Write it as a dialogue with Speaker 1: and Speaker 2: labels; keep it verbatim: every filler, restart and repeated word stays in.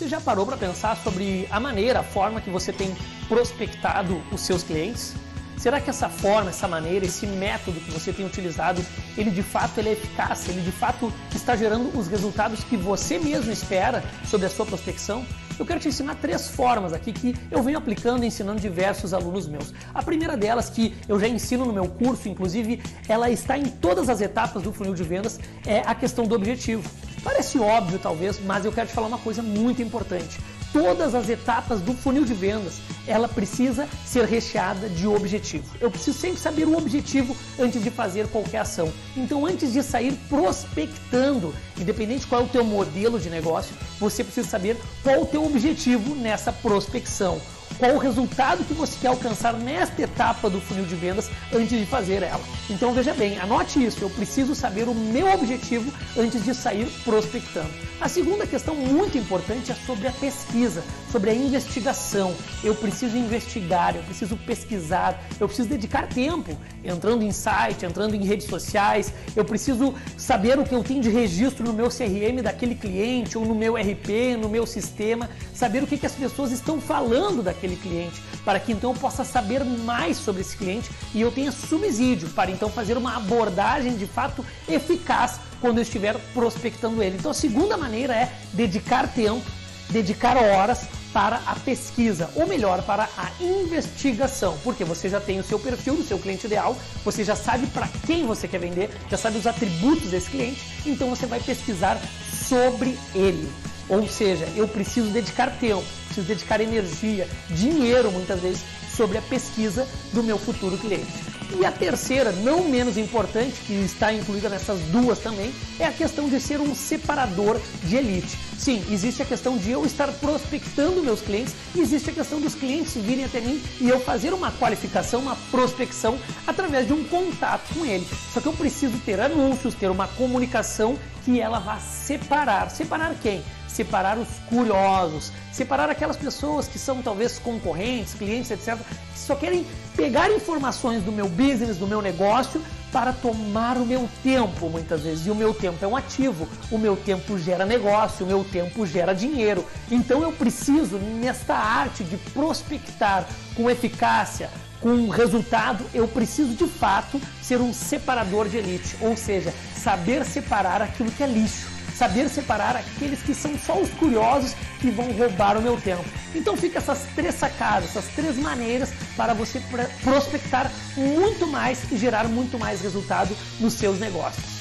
Speaker 1: Você já parou para pensar sobre a maneira, a forma que você tem prospectado os seus clientes? Será que essa forma, essa maneira, esse método que você tem utilizado, ele de fato ele é eficaz? Ele de fato está gerando os resultados que você mesmo espera sobre a sua prospecção? Eu quero te ensinar três formas aqui que eu venho aplicando e ensinando diversos alunos meus. A primeira delas, que eu já ensino no meu curso, inclusive ela está em todas as etapas do funil de vendas, é a questão do objetivo. Parece óbvio talvez, mas eu quero te falar uma coisa muito importante. Todas as etapas do funil de vendas, ela precisa ser recheada de objetivo. Eu preciso sempre saber o objetivo antes de fazer qualquer ação. Então, antes de sair prospectando, independente qual é o teu modelo de negócio, você precisa saber qual o teu objetivo nessa prospecção. Qual o resultado que você quer alcançar nesta etapa do funil de vendas antes de fazer ela. Então veja bem, anote isso, eu preciso saber o meu objetivo antes de sair prospectando. A segunda questão muito importante é sobre a pesquisa, sobre a investigação. Eu preciso investigar, eu preciso pesquisar, eu preciso dedicar tempo entrando em site, entrando em redes sociais, eu preciso saber o que eu tenho de registro no meu C R M daquele cliente ou no meu R P, no meu sistema, saber o que, que as pessoas estão falando daquele cliente, para que então eu possa saber mais sobre esse cliente e eu tenha subsídio para então fazer uma abordagem de fato eficaz quando eu estiver prospectando ele. Então a segunda maneira é dedicar tempo, dedicar horas para a pesquisa, ou melhor, para a investigação, porque você já tem o seu perfil do seu cliente ideal, você já sabe para quem você quer vender, já sabe os atributos desse cliente, então você vai pesquisar sobre ele. Ou seja, eu preciso dedicar tempo, preciso dedicar energia, dinheiro muitas vezes, sobre a pesquisa do meu futuro cliente. E a terceira, não menos importante, que está incluída nessas duas também, é a questão de ser um separador de elite. Sim, existe a questão de eu estar prospectando meus clientes, e existe a questão dos clientes virem até mim e eu fazer uma qualificação, uma prospecção através de um contato com ele. Só que eu preciso ter anúncios, ter uma comunicação que ela vá separar. Separar quem? Separar os curiosos, separar aquelas pessoas que são talvez concorrentes, clientes, etcétera, que só querem pegar informações do meu business, do meu negócio, para tomar o meu tempo, muitas vezes. E o meu tempo é um ativo, o meu tempo gera negócio, o meu tempo gera dinheiro. Então eu preciso, nesta arte de prospectar com eficácia, com resultado, eu preciso de fato ser um separador de elite, ou seja, saber separar aquilo que é lixo. Saber separar aqueles que são só os curiosos que vão roubar o meu tempo. Então fica essas três sacadas, essas três maneiras para você prospectar muito mais e gerar muito mais resultado nos seus negócios.